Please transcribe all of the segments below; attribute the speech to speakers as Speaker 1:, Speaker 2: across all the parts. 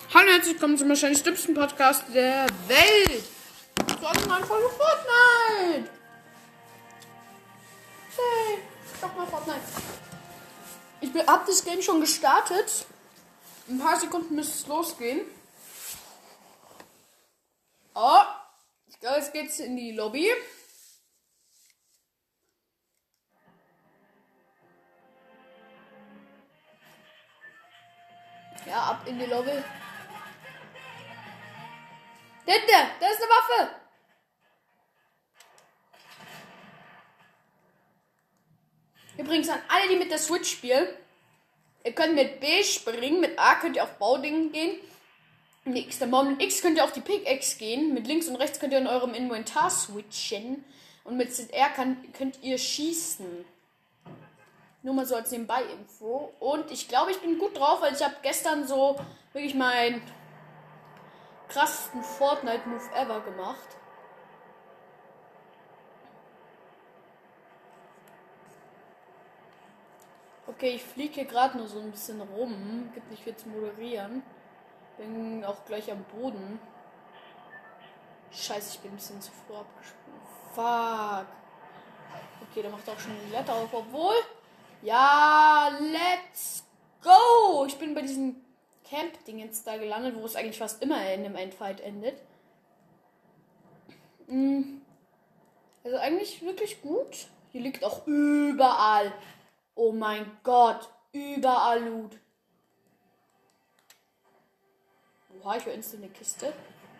Speaker 1: Hallo und herzlich willkommen zum wahrscheinlich dümmsten Podcast der Welt. Zu einer neuen Folge Fortnite. Hey, doch mal Fortnite. Ich hab das Game schon gestartet. In ein paar Sekunden müsste es losgehen. Oh, ich glaube, jetzt geht's in die Lobby. Ja, ab in die Lobby. Hinter, da ist eine Waffe. Übrigens an alle, die mit der Switch spielen. Ihr könnt mit B springen, mit A könnt ihr auf Baudingen gehen. Mit X könnt ihr auf die Pickaxe gehen. Mit links und rechts könnt ihr in eurem Inventar switchen. Und mit ZR könnt ihr schießen. Nur mal so als Nebenbei-Info. Und ich glaube, ich bin gut drauf, weil ich habe gestern so wirklich meinen krassesten Fortnite-Move ever gemacht. Okay, ich fliege hier gerade nur so ein bisschen rum. Gibt nicht viel zu moderieren. Bin auch gleich am Boden. Scheiße, ich bin ein bisschen zu früh abgesprungen. Fuck. Okay, da macht auch schon die Letter auf. Obwohl. Ja, let's go. Ich bin bei diesem Camp-Ding jetzt da gelandet, wo es eigentlich fast immer in einem Endfight endet. Also eigentlich wirklich gut. Hier liegt auch überall. Oh mein Gott. Überall Loot. Oha, ich höre instant eine Kiste.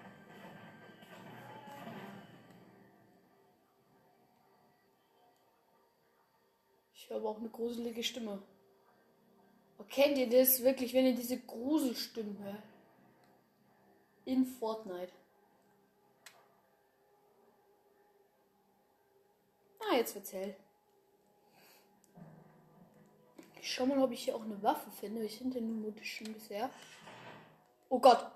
Speaker 1: Ich höre aber auch eine gruselige Stimme. Oh, kennt ihr das wirklich, wenn ihr diese Gruselstimme hört? In Fortnite. Ah, jetzt wird's hell. Ich schau mal, ob ich hier auch eine Waffe finde. Ich finde nur Munition bisher. Oh Gott.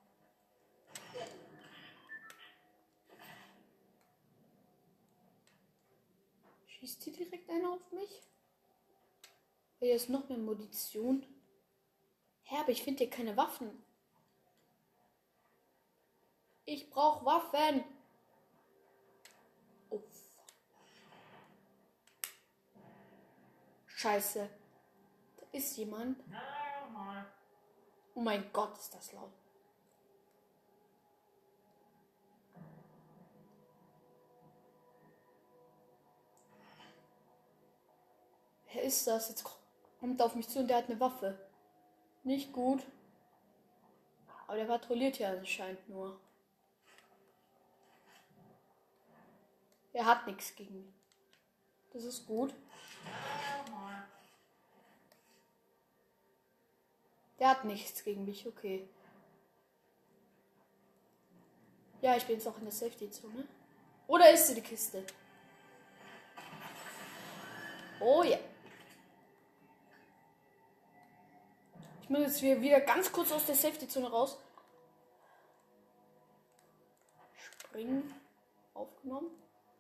Speaker 1: Schießt hier direkt einer auf mich? Hier ist noch mehr Munition. Hä, aber ich finde hier keine Waffen. Ich brauche Waffen. Oh. Scheiße. Da ist jemand. Oh mein Gott, ist das laut. Wer ist das? Jetzt kommt er auf mich zu und der hat eine Waffe. Nicht gut. Aber der patrouilliert ja anscheinend nur. Er hat nichts gegen mich. Das ist gut. Der hat nichts gegen mich, okay. Ja, ich bin jetzt auch in der Safety-Zone. Oder ist sie die Kiste? Oh ja. Ich muss jetzt wieder ganz kurz aus der Safety-Zone raus. Springen. Aufgenommen.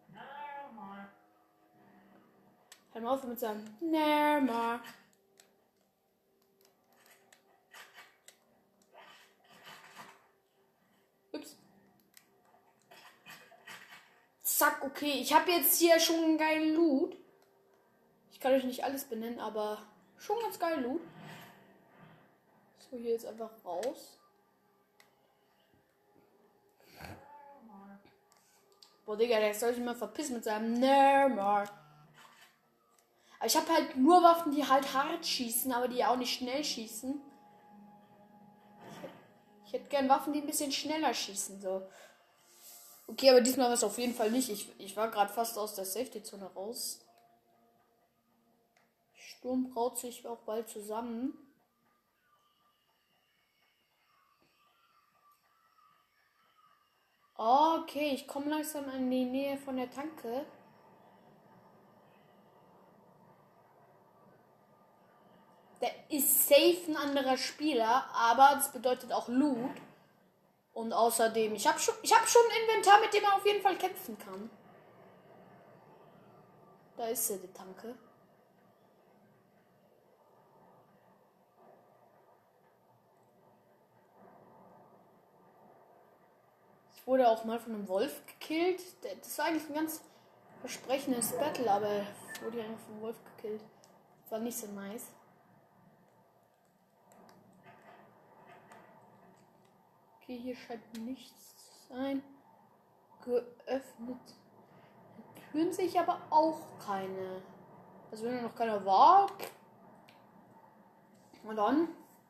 Speaker 1: Hör mal auf mit seinem Nerma. Ups. Zack, okay. Ich habe jetzt hier schon einen geilen Loot. Ich kann euch nicht alles benennen, aber schon ganz geil Loot. So, hier jetzt einfach raus. Boah, Digga, der soll sich mal verpissen mit seinem Nerma. Aber ich habe halt nur Waffen, die halt hart schießen, aber die auch nicht schnell schießen. Ich hätte gern Waffen, die ein bisschen schneller schießen, so. Okay, aber diesmal war es auf jeden Fall nicht. Ich war gerade fast aus der Safety-Zone raus. Sturm braut sich auch bald zusammen. Okay, ich komme langsam in die Nähe von der Tanke. Der ist safe ein anderer Spieler, aber das bedeutet auch Loot. Und außerdem, ich hab schon ein Inventar, mit dem man auf jeden Fall kämpfen kann. Da ist sie, die Tanke. wurde auch mal von einem Wolf gekillt. Das war eigentlich ein ganz versprechendes Battle, aber wurde ja einfach vom Wolf gekillt. Das war nicht so nice. Okay, hier scheint nichts zu sein. Geöffnet. Türen sehe ich aber auch keine. Also wenn da noch keiner war. Und dann.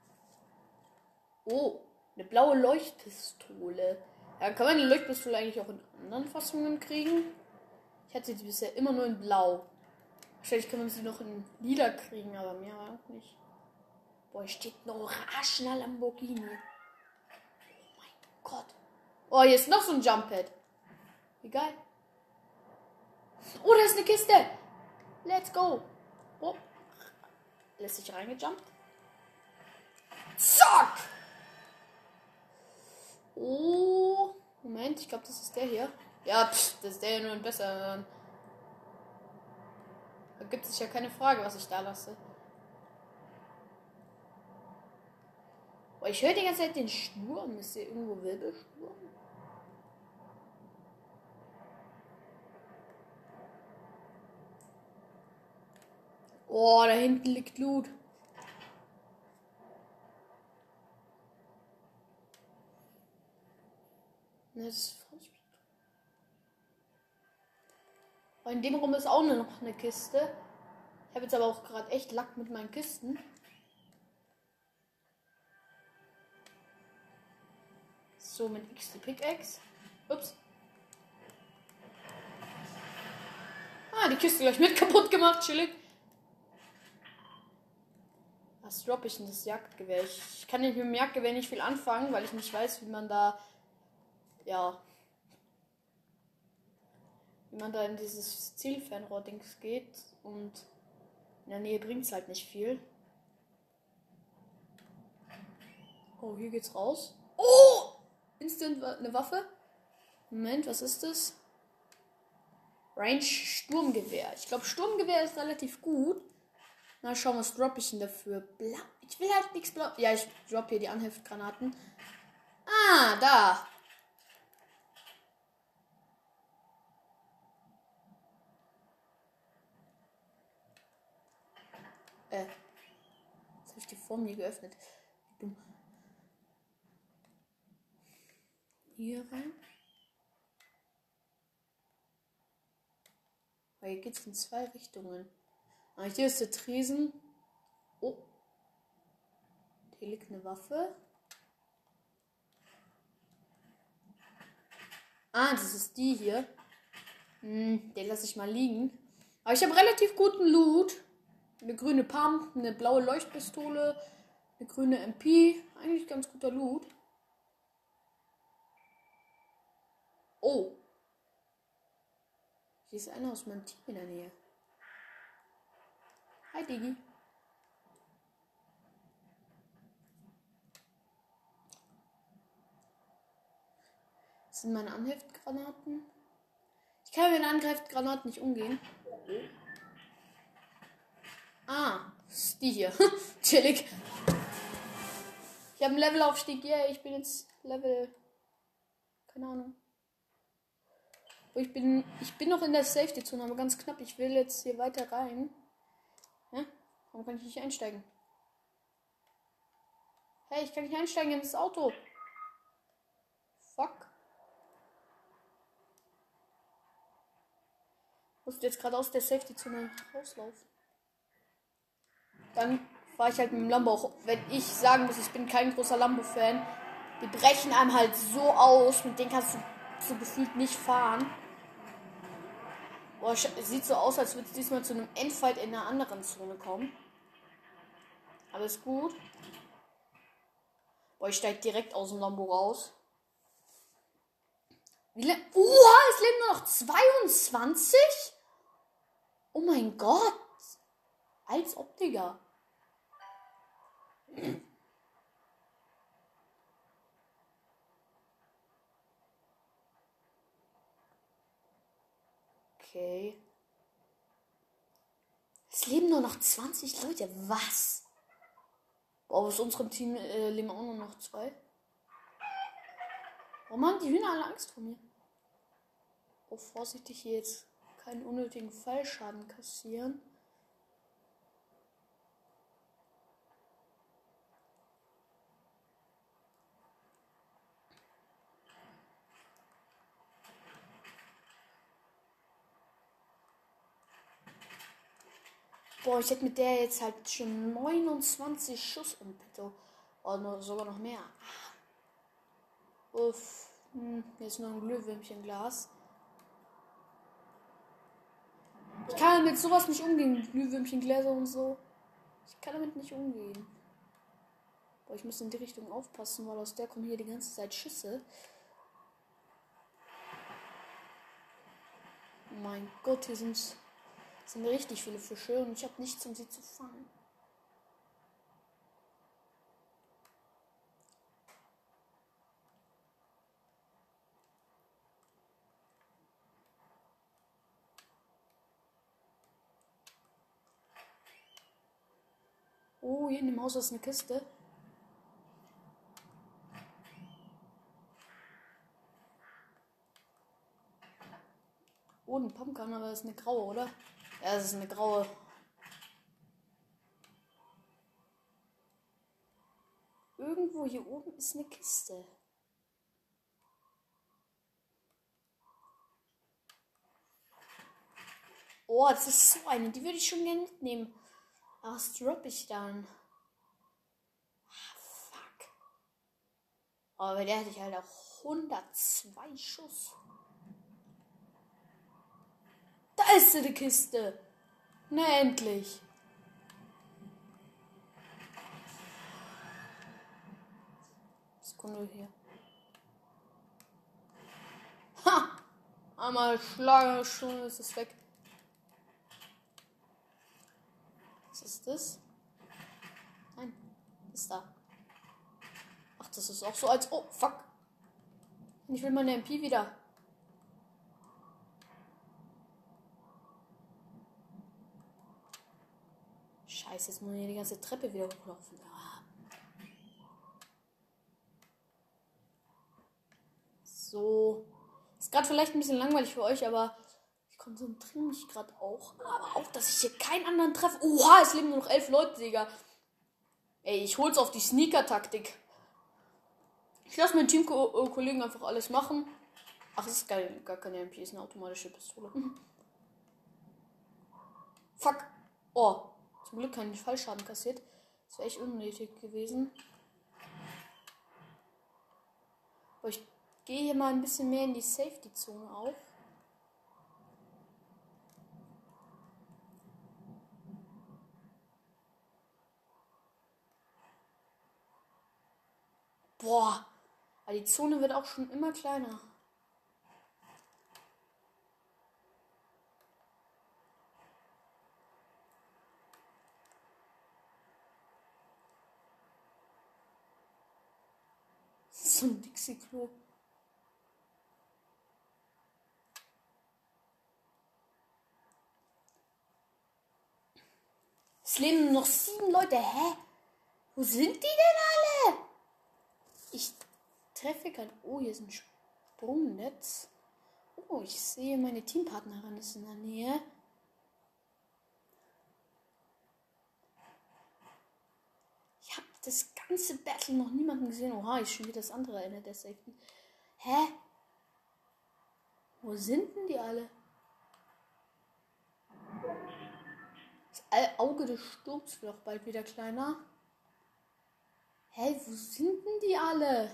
Speaker 1: Oh, eine blaue Leuchtpistole. Ja, kann man die Leuchtpistole eigentlich auch in anderen Fassungen kriegen? Ich hatte sie bisher immer nur in blau. Wahrscheinlich kann man sie noch in lila kriegen, aber mehr auch nicht. Boah, hier steht ein orangener Lamborghini. Oh mein Gott. Oh, hier ist noch so ein Jump-Pad. Wie geil. Oh, da ist eine Kiste. Let's go. Oh. Lässt sich reingejumpt. Zack. Oh. Moment, ich glaube, das ist der hier. Ja, das ist der hier nur ein besser. Da gibt es ja keine Frage, was ich da lasse. Oh, ich höre die ganze Zeit den Sturm. Ist hier irgendwo Wirbelsturm? Oh, da hinten liegt Loot. Oh, in dem Raum ist auch nur noch eine Kiste. Ich habe jetzt aber auch gerade echt Lack mit meinen Kisten. So, mit X die Pickaxe. Ups. Ah, die Kiste gleich mit kaputt gemacht, chillig. Was droppe ich denn das Jagdgewehr? Ich kann nicht mit dem Jagdgewehr nicht viel anfangen, weil ich nicht weiß, wie man da. Ja. Wie man da in dieses Zielfernrohr-Dings geht. Und in der Nähe bringt es halt nicht viel. Oh, hier geht's raus. Oh! Instant eine Waffe. Moment, was ist das? Range Sturmgewehr. Ich glaube, Sturmgewehr ist relativ gut. Na, schauen, was droppe ich denn dafür? Blau. Ich will halt nichts blau. Ja, ich droppe hier die Anheftgranaten. Ah, da. Jetzt habe ich die vor mir geöffnet. Dumm. Hier rein. Weil hier geht es in zwei Richtungen. Ah, hier ist der Tresen. Oh. Hier liegt eine Waffe. Ah, das ist die hier. Den lasse ich mal liegen. Aber ich habe relativ guten Loot. Eine grüne Pump, eine blaue Leuchtpistole, eine grüne MP. Eigentlich ganz guter Loot. Oh. Hier ist einer aus meinem Team in der Nähe. Hi, Digi. Das sind meine Anheftgranaten. Ich kann mit Angreifgranaten nicht umgehen. Ah, das ist die hier. Chillig. Ich habe einen Levelaufstieg. Yeah, ich bin jetzt Level. Keine Ahnung. Ich bin noch in der Safety-Zone, aber ganz knapp. Ich will jetzt hier weiter rein. Ja? Warum kann ich nicht einsteigen? Hey, ich kann nicht einsteigen in das Auto. Fuck. Musste jetzt gerade aus der Safety-Zone rauslaufen. Dann fahre ich halt mit dem Lambo. Auch wenn ich sagen muss, ich bin kein großer Lambo-Fan. Die brechen einem halt so aus. Mit denen kannst du so gefühlt nicht fahren. Boah, es sieht so aus, als würde es diesmal zu einem Endfight in einer anderen Zone kommen. Alles gut. Boah, ich steige direkt aus dem Lambo raus. Es leben nur noch 22? Oh mein Gott. Als ob, Digga. Okay. Es leben nur noch 20 Leute. Was? Boah, aus unserem Team leben auch nur noch 2. Warum haben die Hühner alle Angst vor mir? Oh, vorsichtig hier jetzt keinen unnötigen Fallschaden kassieren. Boah, ich hätte mit der jetzt halt schon 29 Schuss im Petto. Oder sogar noch mehr. Uff. Hier ist nur ein Glühwürmchenglas. Ich kann mit sowas nicht umgehen. Glühwürmchengläser und so. Ich kann damit nicht umgehen. Boah, ich muss in die Richtung aufpassen, weil aus der kommen hier die ganze Zeit Schüsse. Oh mein Gott, hier sind richtig viele Fische und ich habe nichts, um sie zu fangen. Oh, hier in dem Haus ist eine Kiste. Oh, ein Pumpkin, aber das ist eine graue, oder? Ja, das ist eine graue. Irgendwo hier oben ist eine Kiste. Oh, das ist so eine. Die würde ich schon gerne mitnehmen. Aber was droppe ich dann? Ah, fuck. Aber bei der hätte ich halt auch 102 Schuss. Da ist sie, die Kiste. Na, endlich. Sekunde hier. Ha! Einmal schlagen, schon ist es weg. Was ist das? Nein, ist da. Ach, das ist auch so als... Oh, fuck. Ich will meine MP wieder. Scheiße, jetzt muss ich hier die ganze Treppe wieder hochlaufen. Ah. So. Ist gerade vielleicht ein bisschen langweilig für euch, aber ich konzentriere mich gerade auch. Aber auch, dass ich hier keinen anderen treffe. Oha, es leben nur noch 11 Leute, Digga. Ey, ich hol's auf die Sneaker-Taktik. Ich lasse meinen Teamkollegen einfach alles machen. Ach, das ist geil. Gar keine MP, ist eine automatische Pistole. Fuck. Oh, zum Glück keinen Fallschaden kassiert. Das wäre echt unnötig gewesen. Aber ich gehe hier mal ein bisschen mehr in die Safety-Zone auf. Boah, aber die Zone wird auch schon immer kleiner. So ein Dixie-Klo. Es leben nur noch 7 Leute. Hä? Wo sind die denn alle? Ich treffe kein... Oh, hier ist ein Sprungnetz. Oh, ich sehe, meine Teampartnerin ist in der Nähe. Ich habe das ganze Battle noch niemanden gesehen. Oha, ist schon wieder das andere Ende der Safety. Hä? Wo sind denn die alle? Das Auge des Sturms wird auch bald wieder kleiner. Hä, wo sind denn die alle?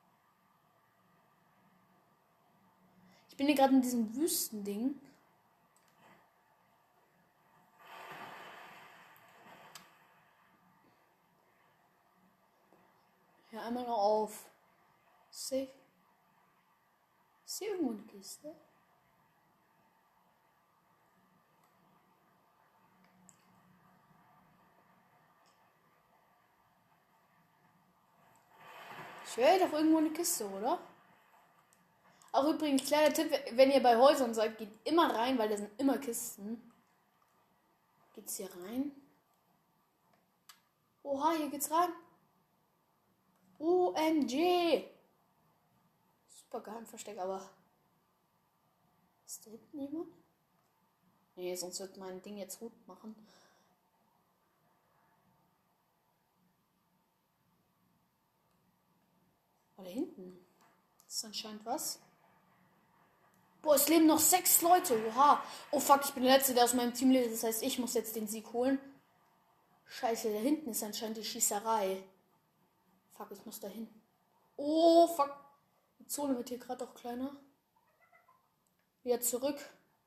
Speaker 1: Ich bin hier gerade in diesem Wüstending. Ja, einmal noch auf. Safe. Ist hier irgendwo eine Kiste? Ich höre doch irgendwo eine Kiste, oder? Auch übrigens, kleiner Tipp, wenn ihr bei Häusern seid, geht immer rein, weil da sind immer Kisten. Geht's hier rein? Oha, hier geht's rein. OMG. super Geheimversteck, aber... Ist da hinten jemand? Nee, sonst wird mein Ding jetzt rot machen. Oh, da hinten. Das ist anscheinend was. Boah, es leben noch 6 Leute. Oha. Oh fuck, ich bin der Letzte, der aus meinem Team lebt. Das heißt, ich muss jetzt den Sieg holen. Scheiße, da hinten ist anscheinend die Schießerei. Fuck, ich muss da hin. Oh, fuck. Die Zone wird hier gerade auch kleiner. Wieder zurück.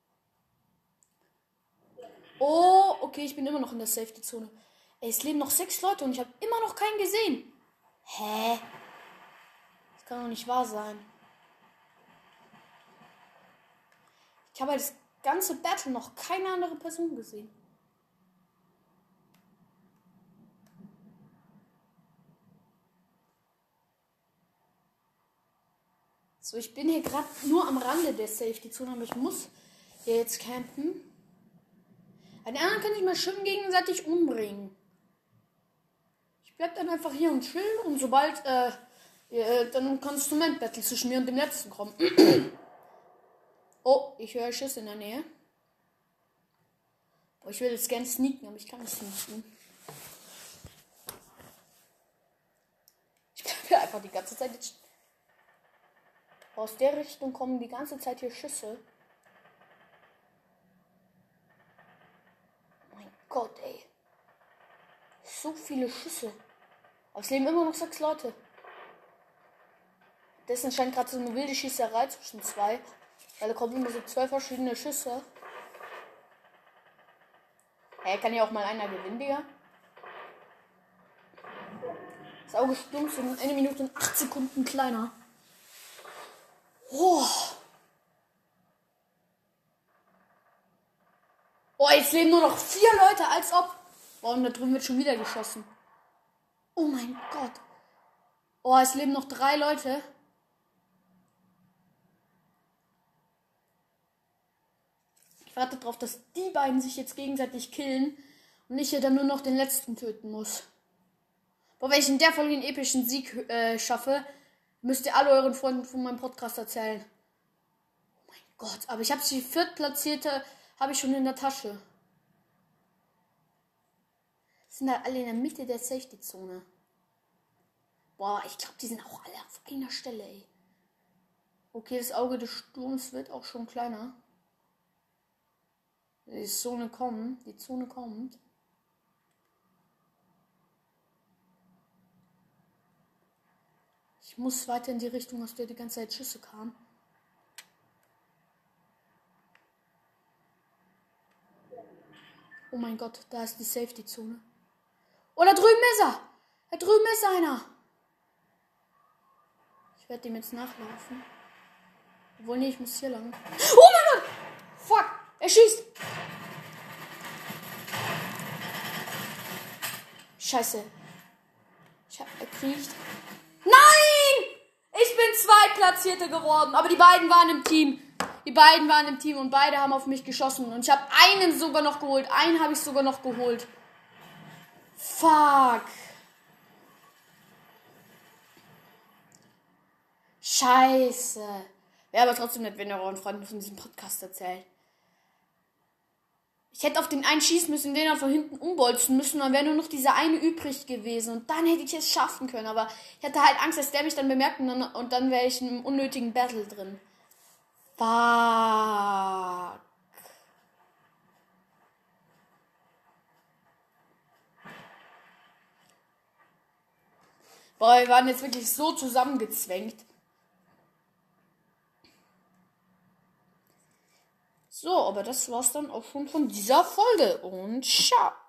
Speaker 1: Oh, okay, ich bin immer noch in der Safety-Zone. Ey, es leben noch 6 Leute und ich habe immer noch keinen gesehen. Hä? Das kann doch nicht wahr sein. Ich habe halt das ganze Battle noch keine andere Person gesehen. So, ich bin hier gerade nur am Rande der Safety-Zone, aber ich muss hier jetzt campen. Den anderen kann ich mal schön gegenseitig umbringen. Ich bleib dann einfach hier und chill und sobald dann kann es zum Endbattle zwischen mir und dem Letzten kommen. Oh, ich höre Schiss in der Nähe. Oh, ich will jetzt gerne sneaken, aber ich kann nicht sneaken. Ich bleibe einfach die ganze Zeit jetzt. Aus der Richtung kommen die ganze Zeit hier Schüsse. Mein Gott, ey. So viele Schüsse. Aber es leben immer noch 6 Leute. Das scheint gerade so eine wilde Schießerei zwischen 2. Weil da kommen immer so 2 verschiedene Schüsse. Hey, kann ja auch mal einer gewinnen, Digga. Das Auge stumpf in 1 Minute und 8 Sekunden kleiner. Oh. Oh, jetzt leben nur noch 4 Leute, als ob. Oh, und da drüben wird schon wieder geschossen. Oh mein Gott. Oh, es leben noch 3 Leute. Ich warte darauf, dass die beiden sich jetzt gegenseitig killen und ich hier dann nur noch den letzten töten muss. Boah, wenn ich in der Folge einen epischen Sieg schaffe, müsst ihr alle euren Freunden von meinem Podcast erzählen. Oh mein Gott, aber ich habe die viertplatzierte, habe ich schon in der Tasche. Sind halt alle in der Mitte der Safety-Zone. Boah, ich glaube, die sind auch alle auf einer Stelle, ey. Okay, das Auge des Sturms wird auch schon kleiner. Die Zone kommt. Die Zone kommt. Ich muss weiter in die Richtung, aus der die ganze Zeit Schüsse kamen. Oh mein Gott, da ist die Safety-Zone. Oh, da drüben ist er! Da drüben ist einer! Ich werde dem jetzt nachlaufen. Obwohl, nee, ich muss hier lang. Oh mein Gott! Fuck! Er schießt! Scheiße. Er kriecht. Nein! Ich bin Zweitplatzierte geworden. Aber die beiden waren im Team. Und beide haben auf mich geschossen. Und ich habe einen sogar noch geholt. Einen habe ich sogar noch geholt. Fuck. Scheiße. Wäre aber trotzdem nett, wenn ihr euren Freunden von diesem Podcast erzählt. Ich hätte auf den einen schießen müssen, den dann von hinten umbolzen müssen, dann wäre nur noch dieser eine übrig gewesen. Und dann hätte ich es schaffen können. Aber ich hatte halt Angst, dass der mich dann bemerkt und dann wäre ich in einem unnötigen Battle drin. Fuck. Boah, wir waren jetzt wirklich so zusammengezwängt. So, aber das war's dann auch schon von dieser Folge. Und ciao.